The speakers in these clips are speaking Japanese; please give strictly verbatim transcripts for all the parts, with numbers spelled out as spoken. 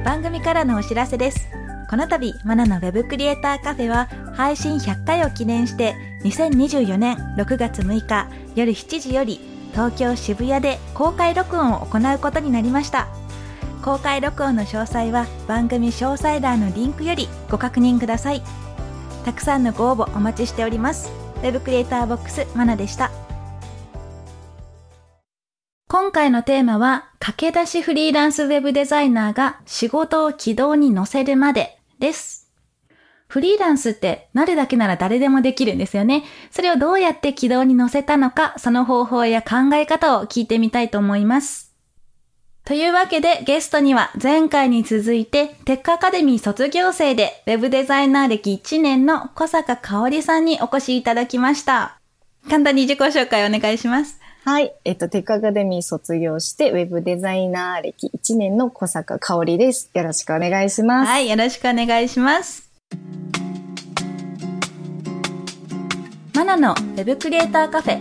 番組からのお知らせです。この度マナのウェブクリエイターカフェは配信ひゃっかいを記念してにせんにじゅうよねんろくがつむいか夜しちじより東京渋谷で公開録音を行うことになりました。公開録音の詳細は番組詳細欄のリンクよりご確認ください。たくさんのご応募お待ちしております。ウェブクリエイターボックスマナでした。今回のテーマは駆け出しフリーランスウェブデザイナーが仕事を軌道に乗せるまでです。フリーランスってなるだけなら誰でもできるんですよね。それをどうやって軌道に乗せたのか、その方法や考え方を聞いてみたいと思います。というわけでゲストには前回に続いてテックアカデミー卒業生でウェブデザイナー歴いちねんの小坂かおりさんにお越しいただきました。簡単に自己紹介お願いします。 はい。えっと、テックアカデミー卒業して、ウェブデザイナー歴いちねんの小坂かおりです。よろしくお願いします。 はい。よろしくお願いします。マナのウェブクリエイターカフェ。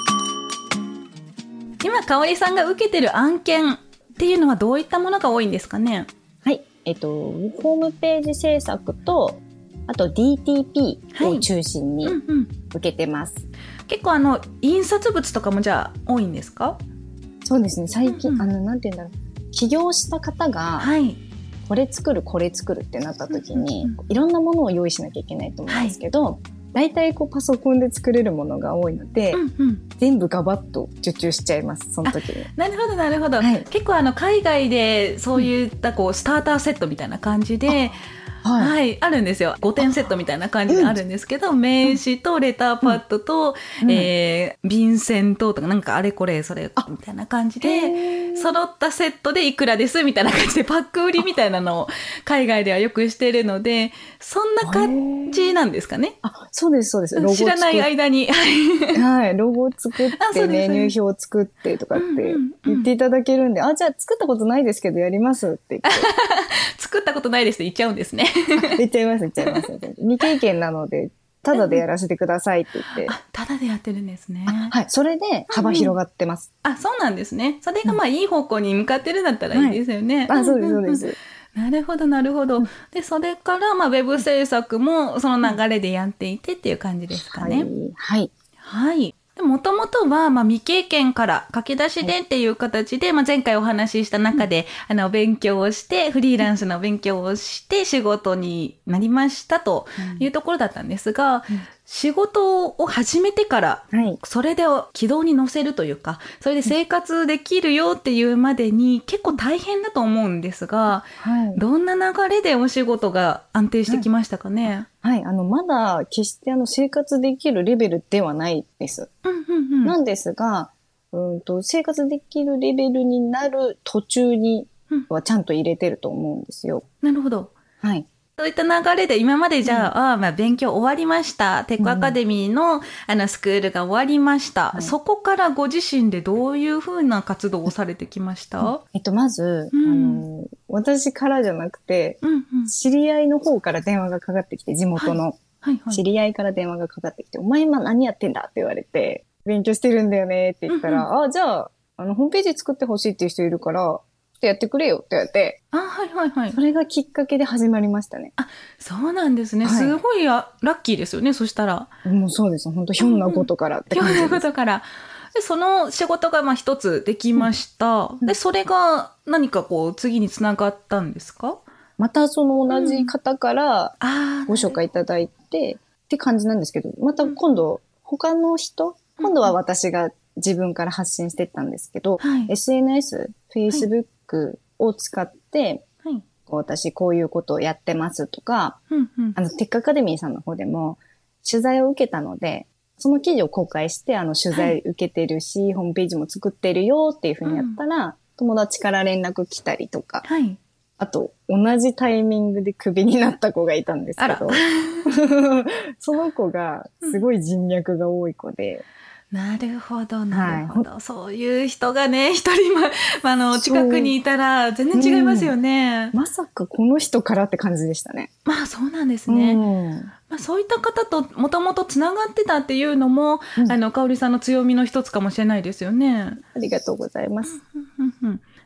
今、かおりさんが受けてる案件っていうのはどういったものが多いんですかね？ はい。えっと、ホームページ制作と、あと ディーティーピー を中心に受けてます。 はいうんうん、結構あの、印刷物とかもじゃあ多いんですか？ そうですね。最近、うんうん、あの、なんて言うんだろう。起業した方が、はい、これ作る、これ作るってなった時に、うんうんうん、いろんなものを用意しなきゃいけないと思うんですけど、はい大体こうパソコンで作れるものが多いので、うんうん、全部ガバッと受注しちゃいます、その時に。 なるほどなるほど、はい、結構あの海外でそういったこうスターターセットみたいな感じで、はい、はい、あるんですよ。ごてんセットみたいな感じであるんですけど、うん、名刺とレターパッドと、うんえー、便箋ととかなんかあれこれそれみたいな感じで揃ったセットでいくらですみたいな感じでパック売りみたいなのを海外ではよくしてるので、そんな感じなんですかね。 あ、そうですそうです。ロゴ知らない間にはい、ロゴを作ってメニュー表を作ってとかって言っていただけるんで、うんうんうん、あ、じゃあ作ったことないですけどやりますって言って作ったことないですって言っちゃうんですね言っちゃいます言っちゃいます未経験なのでただでやらせてくださいって言って、うん、 あ、ただでやってるんですね。 はい、それで幅広がってます、 うんうん、あ、そうなんですね。それがまあいい方向に向かってるんだったらいいですよね、 はい、あ、そうですそうです、うんうんうん、なるほどなるほど。でそれからまあウェブ制作もその流れでやっていてっていう感じですかね。 はいはい、もともとはまあ未経験から駆け出しでっていう形で、まあ、前回お話しした中で、うん、あの勉強をしてフリーランスの勉強をして仕事になりましたというところだったんですが、うん、仕事を始めてからそれで軌道に乗せるというかそれで生活できるよっていうまでに結構大変だと思うんですが、はい、どんな流れでお仕事が安定してきましたかね？ はい、はい、あのまだ決してあの生活できるレベルではないです、うんうんうん、なんですがうんと生活できるレベルになる途中にはちゃんと入れてると思うんですよ、 うん、なるほど。 はい。 そういった流れで今までじゃあ、うん、あまあ勉強終わりました。テックアカデミーの、うん、あのスクールが終わりました、うん。そこからご自身でどういうふうな活動をされてきました？うん、 えっと、まず、うん、あの、私からじゃなくて、うんうん、知り合いの方から電話がかかってきて、地元の、はいはいはい、知り合いから電話がかかってきて、お前今何やってんだって言われて、勉強してるんだよねって言ったら、うんうん、あ、じゃあ、あの、ホームページ作ってほしいっていう人いるから、ちょっとやってくれよって言われて、 あ、はいはいはい。 それがきっかけで始まりましたね。 あ、そうなんですね。はい、すごいラッキーですよね、そしたら。 もうそうです。本当ひょんなことからって感じです。 ひょんなことから。で、その仕事がまあ一つできました。うん、で、それが何かこう次につながったんですか？ またその同じ方からご紹介いただいて、うん、って感じなんですけど、また今度他の人、うん、今度は私が自分から発信していったんですけど、はい、エスエヌエス、Facebook を使って、はい、私こういうことをやってますとか、うんうん、あのテックアカデミーさんの方でも取材を受けたので、その記事を公開して、あの取材受けてるし、はい、ホームページも作ってるよっていうふうにやったら、うん、友達から連絡来たりとか、はい、あと同じタイミングでクビになった子がいたんですけど、その子がすごい人脈が多い子で、 うん、なるほどなるほど、はい、そういう人がね一人ま、まあの近くにいたら全然違いますよね、 うん、まさかこの人からって感じでしたね。 まあそうなんですね、うんまあ、そういった方ともともとつながってたっていうのも、うん、あの香織さんの強みの一つかもしれないですよね。 ありがとうございます。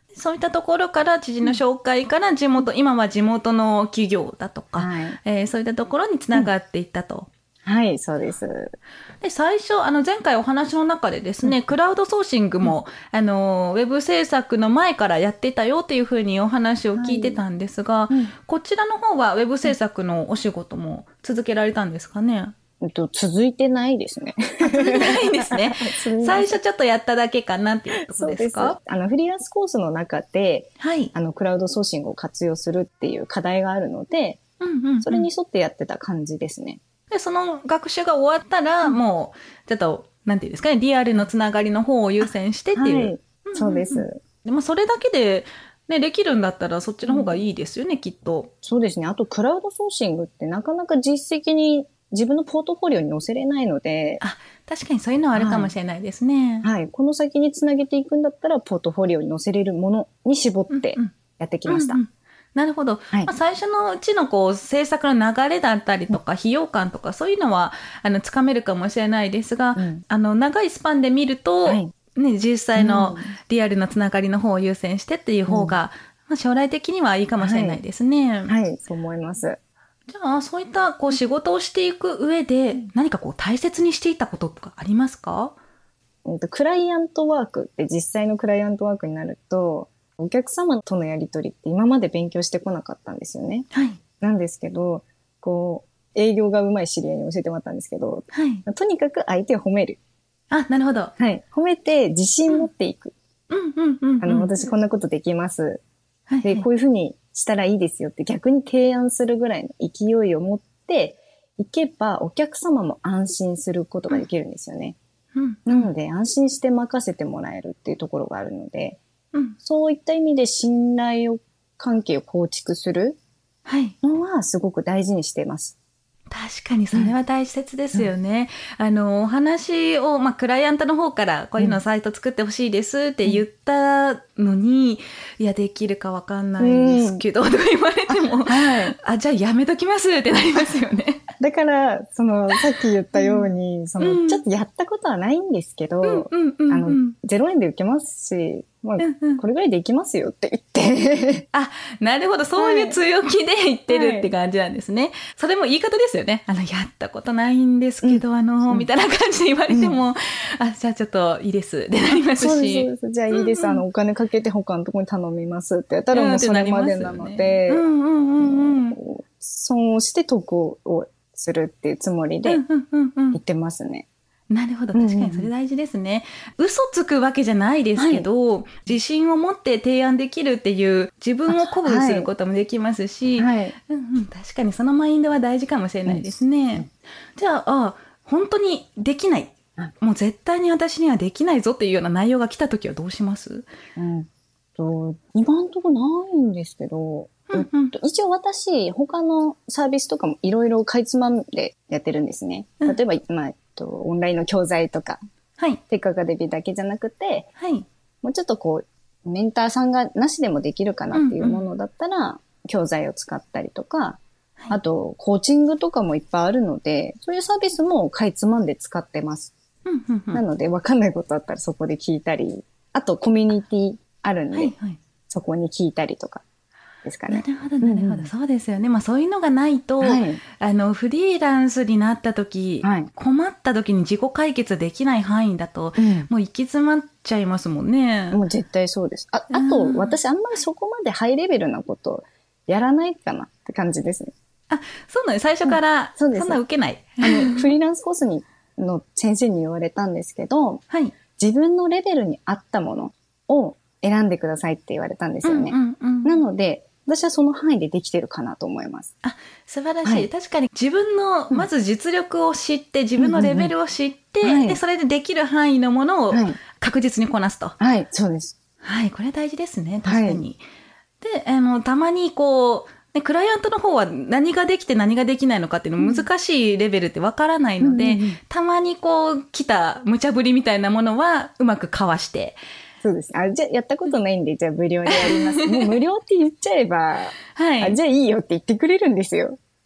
そういったところから知人の紹介から地元、うん、今は地元の企業だとか、はい、えー、そういったところにつながっていったと。 うん、はい、そうです。 で、最初、あの、前回お話の中でですね、うん、クラウドソーシングも、うん、あの、ウェブ制作の前からやってたよっていうふうにお話を聞いてたんですが、はい、うん、こちらの方はウェブ制作のお仕事も続けられたんですかね？ えっと、続いてないですね。 続いてないんですね。最初ちょっとやっただけかなっていうところですか？ そうです。あの、フリーランスコースの中で、はい、あの、クラウドソーシングを活用するっていう課題があるので、うんうんうん、それに沿ってやってた感じですね。 で、その学習が終わったら、うん、もう、ちょっと、なんていうんですかね、リアルのつながりの方を優先してっていう。はい、 そうです。 でもそれだけで、ね、できるんだったらそっちの方がいいですよね、うん、きっと。 そうですね。あと、クラウドソーシングってなかなか実績に自分のポートフォリオに載せれないので。 あ、確かにそういうのはあるかもしれないですね。 はい。はい、この先につなげていくんだったら、ポートフォリオに載せれるものに絞ってやってきました。うんうんうんうん、 なるほど。はい、まあ、最初のうちのこう制作の流れだったりとか、費用感とかそういうのはあのつかめるかもしれないですが、うん、あの長いスパンで見ると、はい、ね、実際のリアルなつながりの方を優先してっていう方が、うん、まあ、将来的にはいいかもしれないですね。 はい、はい、そう思います。 じゃあそういったこう仕事をしていく上で何かこう大切にしていたこととかありますか？ えっと、クライアントワークって実際のクライアントワークになると、お客様とのやり取りって今まで勉強してこなかったんですよね。はい。なんですけど、こう、営業が上手い知り合いに教えてもらったんですけど、はい。とにかく相手を褒める。 あ、なるほど。 はい。褒めて自信持っていく。 うん、うん、うん、うん。 あの、私こんなことできます。はい、はい。で、こういうふうにしたらいいですよって逆に提案するぐらいの勢いを持っていけば、お客様も安心することができるんですよね。うん。なので、安心して任せてもらえるっていうところがあるので、うん、そういった意味で信頼を関係を構築するのはすごく大事にしています。 確かにそれは大切ですよね。うん、あの、お話を、まあ、クライアントの方からこういうのサイト作ってほしいですって言ったのに、うん、いや、できるかわかんないですけど、うん、とか言われても、はい、あ、じゃあやめときますってなりますよね。 だから、その、さっき言ったように、うん、その、ちょっとやったことはないんですけど、うんうんうんうん、あの、ゼロえんで受けますし、まあ、うんうん、これぐらいでいきますよって言って。 あ、なるほど。そういう強気で言ってるって感じなんですね。はい、それも言い方ですよね。あの、やったことないんですけど、うん、あの、うん、みたいな感じで言われても、うん、あ、じゃあちょっといいですってなりますし。 そうです、そうです。じゃあいいです。うんうん、あの、お金かけて他のところに頼みますってやったらもうそれまでなので、うんうんうんうん、損をして得をするっていうつもりで言ってますね。 なるほど。確かにそれ大事ですね。うんうん、嘘つくわけじゃないですけど、はい、自信を持って提案できるっていう自分を鼓舞することもできますし、はいはいうんうん、確かにそのマインドは大事かもしれないですね。うん、じゃあ、あ、本当にできない。もう絶対に私にはできないぞっていうような内容が来たときはどうします？ うんと今のところないんですけど、うんうん、一応私、他のサービスとかもいろいろかいつまんでやってるんですね。例えば、うん、まあ、オンラインの教材とか、はい。テックアカデミーだけじゃなくて、はい。もうちょっとこう、メンターさんがなしでもできるかなっていうものだったら、うんうん、教材を使ったりとか、はい、あと、コーチングとかもいっぱいあるので、そういうサービスもかいつまんで使ってます。うんうんうん、なので、わかんないことあったらそこで聞いたり、あと、コミュニティあるんで、はいはい、そこに聞いたりとか。ですかね。 なるほど、なるほど、うんうん。そうですよね。まあそういうのがないと、はい、あの、フリーランスになった時、はい、困った時に自己解決できない範囲だと、うん、もう行き詰まっちゃいますもんね。 もう絶対そうです。あ、あと、私あんまりそこまでハイレベルなことやらないかなって感じですね。 あ、そうなんです。最初から、そんな受けない。 あの、フリーランスコースにの先生に言われたんですけど、はい、自分のレベルに合ったものを選んでくださいって言われたんですよね。うんうんうん、なので、私はその範囲でできてるかなと思います。 あ、素晴らしい。はい、確かに自分の、まず実力を知って、うん、自分のレベルを知って、うんうんうん、で、それでできる範囲のものを確実にこなすと。 はい、はい、そうです。 はい、これ大事ですね。確かに。はい、で、あの、たまにこう、ね、クライアントの方は何ができて何ができないのかっていうの難しいレベルってわからないので、うんうんうん、たまにこう来た無茶ぶりみたいなものはうまくかわして、 そうです。あ、じゃあ、やったことないんで、じゃあ無料でやります。もう無料って言っちゃえば、はい。あ、じゃあいいよって言ってくれるんですよ。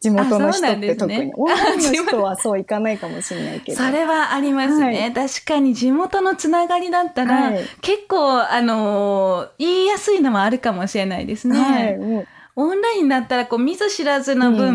地元の人って特に。オンラインの人はそういかないかもしれないけど。 それはありますね。はい、確かに地元のつながりだったら、はい、結構、あのー、言いやすいのもあるかもしれないですね。はい、もうオンラインだったら、こう、見ず知らずの分、うん、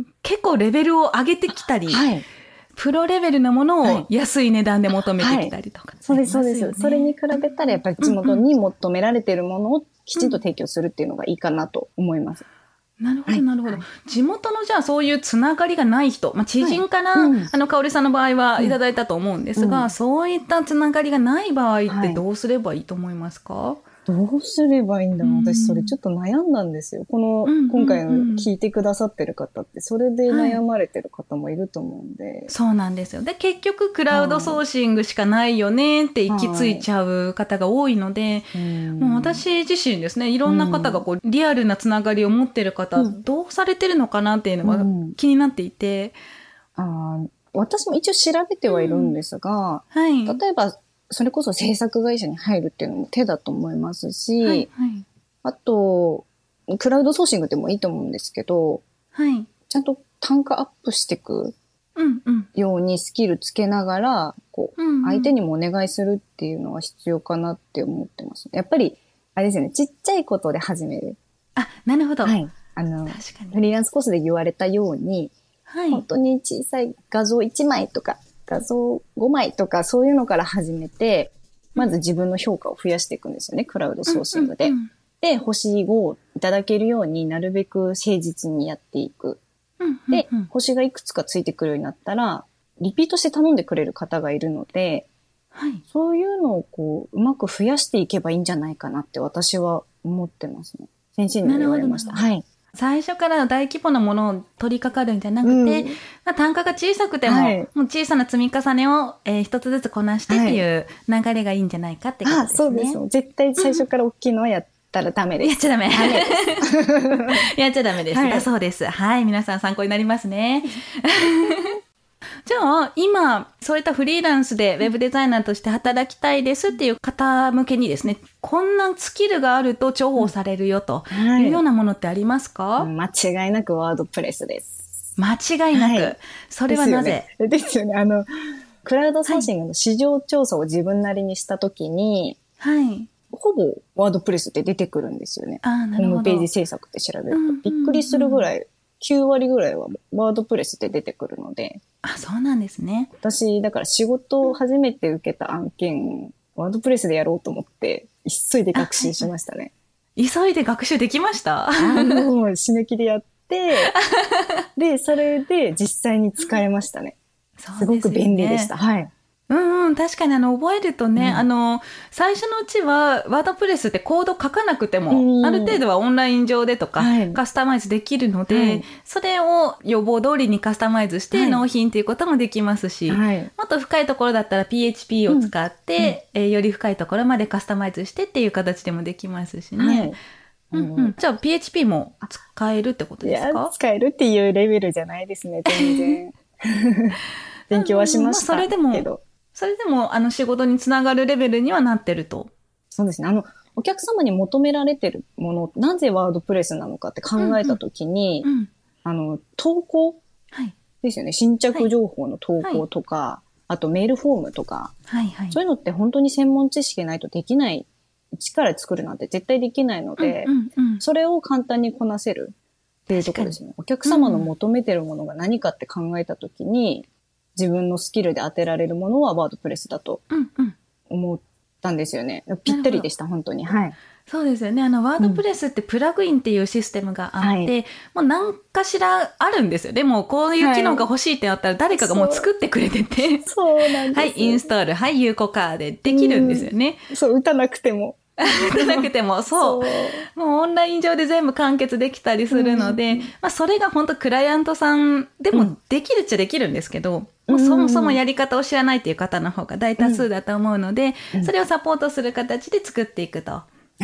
結構レベルを上げてきたり、はい、プロレベルのものを安い値段で求めてきたりとか、 はいはい、そうです、そうです。それに比べたら、やっぱり地元に求められているものをきちんと提供するっていうのがいいかなと思います。 うんうん、なるほど、なるほど。はい、地元のじゃあそういうつながりがない人、まあ、知人から、はい、うん、あの、香織さんの場合はいただいたと思うんですが、うん、そういったつながりがない場合ってどうすればいいと思いますか？はい、 どうすればいいんだろう。私それちょっと悩んだんですよ。この、うんうんうん、今回の聞いてくださってる方ってそれで悩まれてる方もいると思うんで、はい、 そうなんですよ。で結局クラウドソーシングしかないよねって行き着いちゃう方が多いので、はい、もう私自身ですね、いろんな方がこうリアルなつながりを持ってる方、うん、どうされてるのかなっていうのが気になっていて、 うん、あ私も一応調べてはいるんですが、うん、はい、例えばそれこそ制作会社に入るっていうのも手だと思いますし、はいはい、あと、クラウドソーシングでもいいと思うんですけど、はい、ちゃんと単価アップしていくようにスキルつけながら、こう、うんうん、相手にもお願いするっていうのは必要かなって思ってます。やっぱり、あれですよね、ちっちゃいことで始める。 あ、なるほど。 はい。あの、確かにフリーランスコースで言われたように、はい、本当に小さい画像いちまいとか、画像ごまいとかそういうのから始めて、まず自分の評価を増やしていくんですよね、クラウドソーシングで。うんうんうん、で、星ごをいただけるようになるべく誠実にやっていく。うんうんうん、で、星がいくつかついてくるようになったら、リピートして頼んでくれる方がいるので、はい、そういうのをこう、うまく増やしていけばいいんじゃないかなって私は思ってますね。先生に言われました。はい。 最初から大規模なものを取り掛かるんじゃなくて、うんまあ、単価が小さくても、はい、もう小さな積み重ねを、えー、一つずつこなしてっていう流れがいいんじゃないかってことですね。あ、そうですよ。 絶対最初から大きいのはやったらダメです。 やっちゃダメ。ダメです。やっちゃダメです。はい、だそうです。はい。皆さん参考になりますね。じゃあ、今、そういったフリーランスでウェブデザイナーとして働きたいですっていう方向けにですね、こんなスキルがあると重宝されるよというようなものってありますか？ はい、間違いなくワードプレスです。 間違いなく。はい、それはなぜ？ ですよね。ですよね。あの、クラウドソーシングの市場調査を自分なりにしたときに、はい。ほぼワードプレスって出てくるんですよね。あ、なるほど。ホームページ制作って調べると。うんうんうん、びっくりするぐらい、きゅうわりぐらいはワードプレスって出てくるので。 あ、そうなんですね。 私、だから仕事を初めて受けた案件、ワードプレスでやろうと思って、急いで学習しましたね。 急いで学習できました？ あの、死ぬ気でやって、で、それで実際に使えましたね。そうですよね。すごく便利でした。はい。 うんうん、確かにあの覚えるとね、うん、あの最初のうちはワードプレスってコード書かなくても、うん、ある程度はオンライン上でとか、はい、カスタマイズできるので、はい、それを予防通りにカスタマイズして納品っていうこともできますし、はい、もっと深いところだったら ピーエイチピー を使って、うんうん、えー、より深いところまでカスタマイズしてっていう形でもできますしね。はいうんうん、じゃあ ピーエイチピー も使えるってことですか？ いや、使えるっていうレベルじゃないですね、全然。勉強はしましたけど。まあ、それでもそれでも、あの、仕事につながるレベルにはなってると。 そうですね。あの、お客様に求められてるもの、なぜワードプレスなのかって考えたときに、うんうん、あの、投稿ですよね。はい、新着情報の投稿とか、はい、あとメールフォームとか、はいはい、そういうのって本当に専門知識ないとできない、一から作るなんて絶対できないので、うんうんうん、それを簡単にこなせるっていうところですね。お客様の求めてるものが何かって考えたときに、自分のスキルで当てられるものはワードプレスだと思ったんですよね。うんうん、ぴったりでした、本当に。はい。 そうですよね。あの、ワードプレスってプラグインっていうシステムがあって、うん、もう何かしらあるんですよね。もうこういう機能が欲しいってなったら誰かがもう作ってくれてて。 そう、そうなんです。 はい、インストール、はい、有効化でできるんですよね。 うん、そう、打たなくても。 打たなくても、そう。そうもうオンライン上で全部完結できたりするので、うん、まあそれが本当クライアントさんでもできるっちゃできるんですけど、うん、もうそもそもやり方を知らないっていう方の方が大多数だと思うので、うん、それをサポートする形で作っていくと。 はい。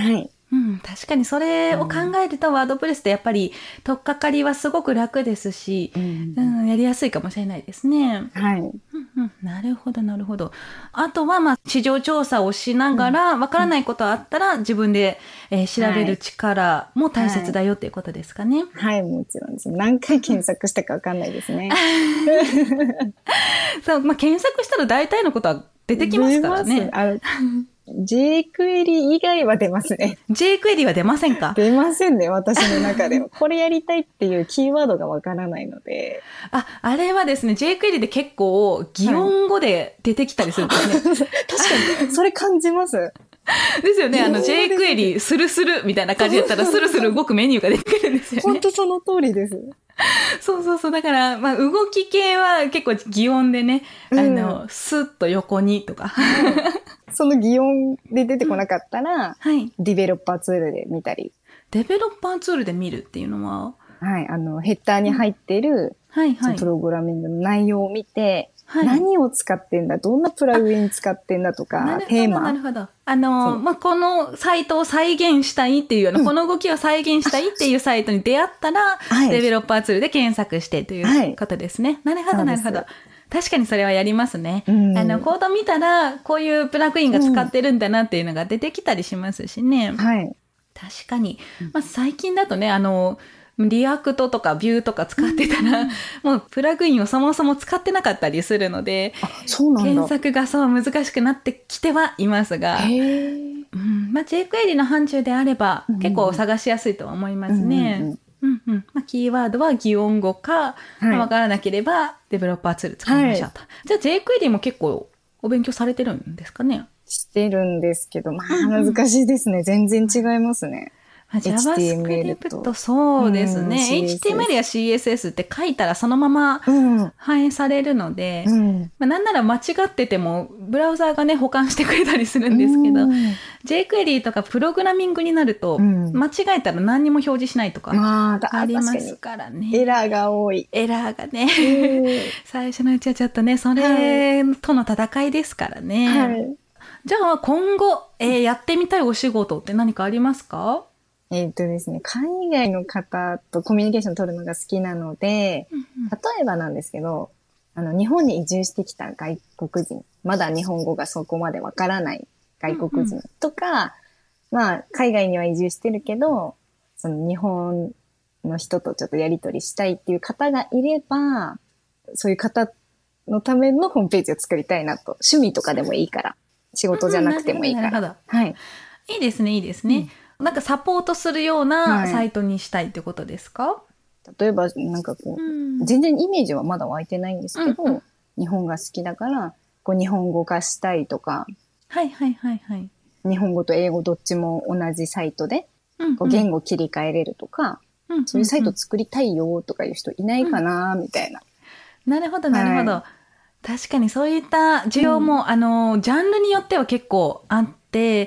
うん、確かにそれを考えると、ワードプレスってやっぱり取っかかりはすごく楽ですし、うんうん、やりやすいかもしれないですね。 はい。うんうん、なるほどなるほど。あとはまあ市場調査をしながら、わからないことあったら自分で、えー、調べる力も大切だよっていうことですかね。 はい、はい、もちろんです。何回検索したかわかんないですね。 そう、まあ、検索したら大体のことは出てきますからね。 J クエリ以外は出ますね。 J クエリは出ませんか？ 出ませんね、私の中では。これやりたいっていうキーワードがわからないので。 あ、あれはですね、J クエリで結構擬音語で出てきたりするんですね。はい、 確かに、それ感じます。 ですよね。あの J クエリスルスルみたいな感じだったらスルスル動くメニューが出てくるんですよね。 本当その通りです。 そうそうそう。だから、まあ、動き系は結構擬音でね、あの、うん、スッと横にとか。 その擬音で出てこなかったら、うん、はい、ディベロッパーツールで見たり。 デベロッパーツールで見るっていうのは、 はい、あの、ヘッダーに入っている、うん、はいはい、プログラミングの内容を見て、はい、何を使ってんだ、どんなプラグイン使ってんだとか、テーマ。 なるほど。あの、まあ、このサイトを再現したいっていうような、うん、この動きを再現したいっていうサイトに出会ったら、はい、デベロッパーツールで検索してということですね。はい、なるほど、なるほど。確かにそれはやりますね。うん、あの、コード見たら、こういうプラグインが使ってるんだなっていうのが出てきたりしますしね。うん、はい。確かに。まあ、最近だとね、あの、リアクトとかビューとか使ってたら、うん、もうプラグインをそもそも使ってなかったりするので、 あ、そうなんだ。 検索がそう難しくなってきてはいますが、へー、うん、まあ、J クエリの範疇であれば、うん、結構探しやすいとは思いますね。うんうんうんうん、まあ、キーワードは擬音語か、はい、まあ、分からなければデベロッパーツール使いましょうと。はい、じゃあ J クエリも結構お勉強されてるんですかね？ してるんですけど、まあ難しいですね。うんうん、全然違いますね。 JavaScript、そうですね。うん、エイチティーエムエル や シーエスエス って書いたらそのまま反映されるので、うん、まあ、なんなら間違っててもブラウザーがね保管してくれたりするんですけど、うん、ジェイクエリー とかプログラミングになると、うん、間違えたら何にも表示しないとかありますからね。 エラーが多い。 エラーがね、うん、最初のうちはちょっとね、それとの戦いですからね。はい、じゃあ今後、えー、やってみたいお仕事って何かありますか？ えっとですね、海外の方とコミュニケーション取るのが好きなので、うんうん、例えばなんですけど、あの、日本に移住してきた外国人、まだ日本語がそこまでわからない外国人とか、うんうん、まあ、海外には移住してるけど、その日本の人とちょっとやり取りしたいっていう方がいれば、そういう方のためのホームページを作りたいなと。趣味とかでもいいから。仕事じゃなくてもいいから。うん、はい。 いいですね、いいですね。うん、なんかサポートするようなサイトにしたいってことですか？はい、 例えば、なんかこう、うん、全然イメージはまだ湧いてないんですけど、うんうん、日本が好きだから、こう日本語化したいとか、 はいはいはいはい。 日本語と英語どっちも同じサイトで、こう言語切り替えれるとか、うんうん、そういうサイト作りたいよとかいう人いないかな、みたいな。 なるほどなるほど。はい、確かにそういった需要も、うん、あの、ジャンルによっては結構あって、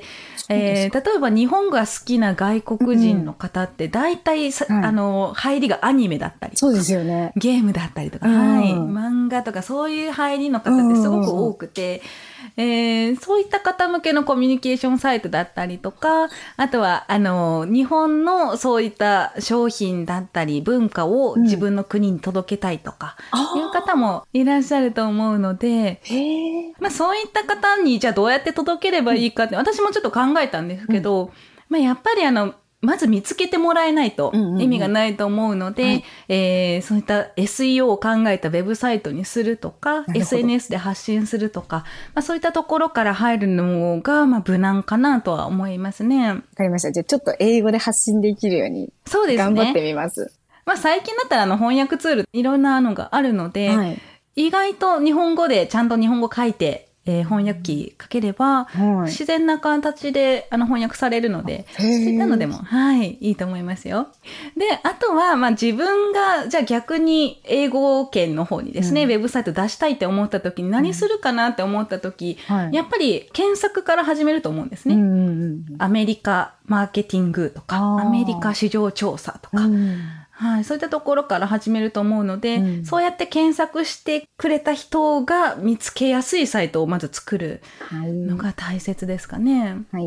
えー、例えば日本が好きな外国人の方って大体、うん、あの入りがアニメだったりとか、 そうですよね、 ゲームだったりとか、うん、はい、漫画とかそういう入りの方ってすごく多くて、うん、えー、そういった方向けのコミュニケーションサイトだったりとか、あとはあの日本のそういった商品だったり文化を自分の国に届けたいとか、いう方もいらっしゃると思うので、へ、まあ、そういった方にじゃあどうやって届ければいいかって、うん、私もちょっと考えたんですけど、うん、まあ、やっぱりあのまず見つけてもらえないと意味がないと思うので、うんうんうん、えー、そういった エスイーオー を考えたウェブサイトにするとか エスエヌエス で発信するとか、まあ、そういったところから入るのがまあ無難かなとは思いますね。 わかりました。じゃあちょっと英語で発信できるように頑張ってみます。 まあ、最近だったらあの翻訳ツールいろんなのがあるので、はい、意外と日本語でちゃんと日本語書いて、えー、翻訳機かければ、はい、自然な形であの翻訳されるので、そういったのでも、はい、いいと思いますよ。で、あとは、まあ、自分がじゃあ逆に英語圏の方にですね、うん、ウェブサイト出したいって思った時に何するかなって思った時、うん、はい、やっぱり検索から始めると思うんですね。うんうんうん、アメリカマーケティングとか、アメリカ市場調査とか、うん、はい、そういったところから始めると思うので、うん、そうやって検索してくれた人が見つけやすいサイトをまず作るのが大切ですかね。 はい。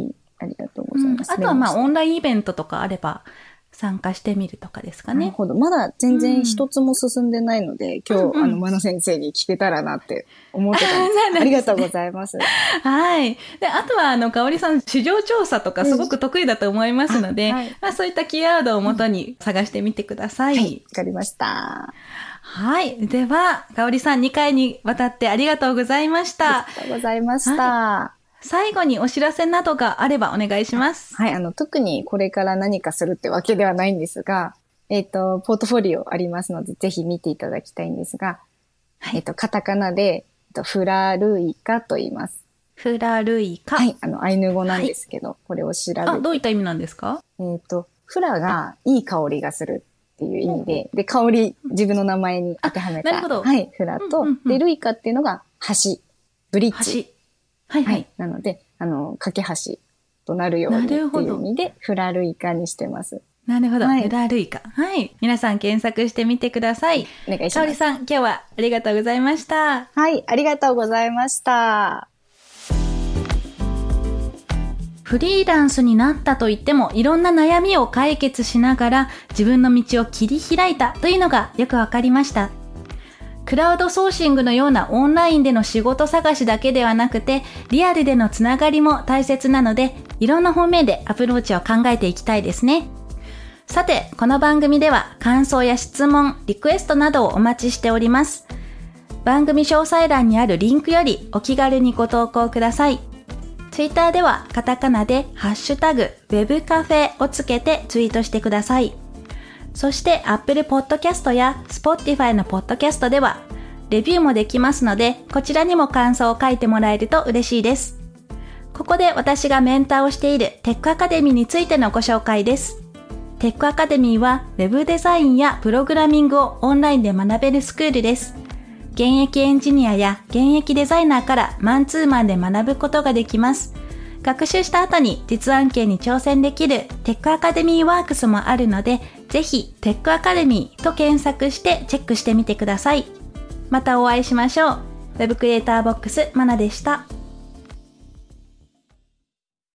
ありがとうございます。 うん、あとはまあオンラインイベントとかあれば参加してみるとかですかね。 なるほど。まだ全然一つも進んでないので、うん、今日、うんうん、あの、真野先生に聞けたらなって思ってたんです。ね、ありがとうございます。 はい。で、あとは、あの、かおりさん、市場調査とかすごく得意だと思いますので、うんはい、まあそういったキーワードをもとに探してみてください。 はい、わかりました。 はい。では、かおりさん、にかいにわたってありがとうございました。 ありがとうございました。はい、 最後にお知らせなどがあればお願いします。 はい、あの、特にこれから何かするってわけではないんですが、えっと、ポートフォリオありますので、ぜひ見ていただきたいんですが、はい、えっと、カタカナで、えっと、フラルイカと言います。 フラルイカ。 はい、あの、アイヌ語なんですけど、はい、これを調べて。 あ、どういった意味なんですか？ えっと、フラがいい香りがするっていう意味で、で、香り、自分の名前に当てはめた。 なるほど。 はい、フラと、うんうんうん、で、ルイカっていうのが橋、ブリッジ。 橋。はいはい。はい、 なので、あの、架け橋となるようにっていう意味で、フラルイカにしてます。 なるほど。はい、フラルイカ。はい。皆さん検索してみてください。 お願いします。 かおりさん、今日はありがとうございました。 はい、ありがとうございました。 フリーランスになったといっても、いろんな悩みを解決しながら自分の道を切り開いたというのがよくわかりました。クラウドソーシングのようなオンラインでの仕事探しだけではなくて、リアルでのつながりも大切なので、いろんな方面でアプローチを考えていきたいですね。さて、この番組では感想や質問、リクエストなどをお待ちしております。番組詳細欄にあるリンクよりお気軽にご投稿ください。ツイッターではカタカナでハッシュタグ ウェブカフェ をつけてツイートしてください。そして Apple Podcast や Spotify の Podcast ではレビューもできますので、こちらにも感想を書いてもらえると嬉しいです。ここで私がメンターをしているテックアカデミーについてのご紹介です。テックアカデミーは Web デザインやプログラミングをオンラインで学べるスクールです。現役エンジニアや現役デザイナーからマンツーマンで学ぶことができます。学習した後に実案件に挑戦できるテックアカデミーワークスもあるので、ぜひテックアカデミーと検索してチェックしてみてください。またお会いしましょう。Web クリエイターボックスマナでした。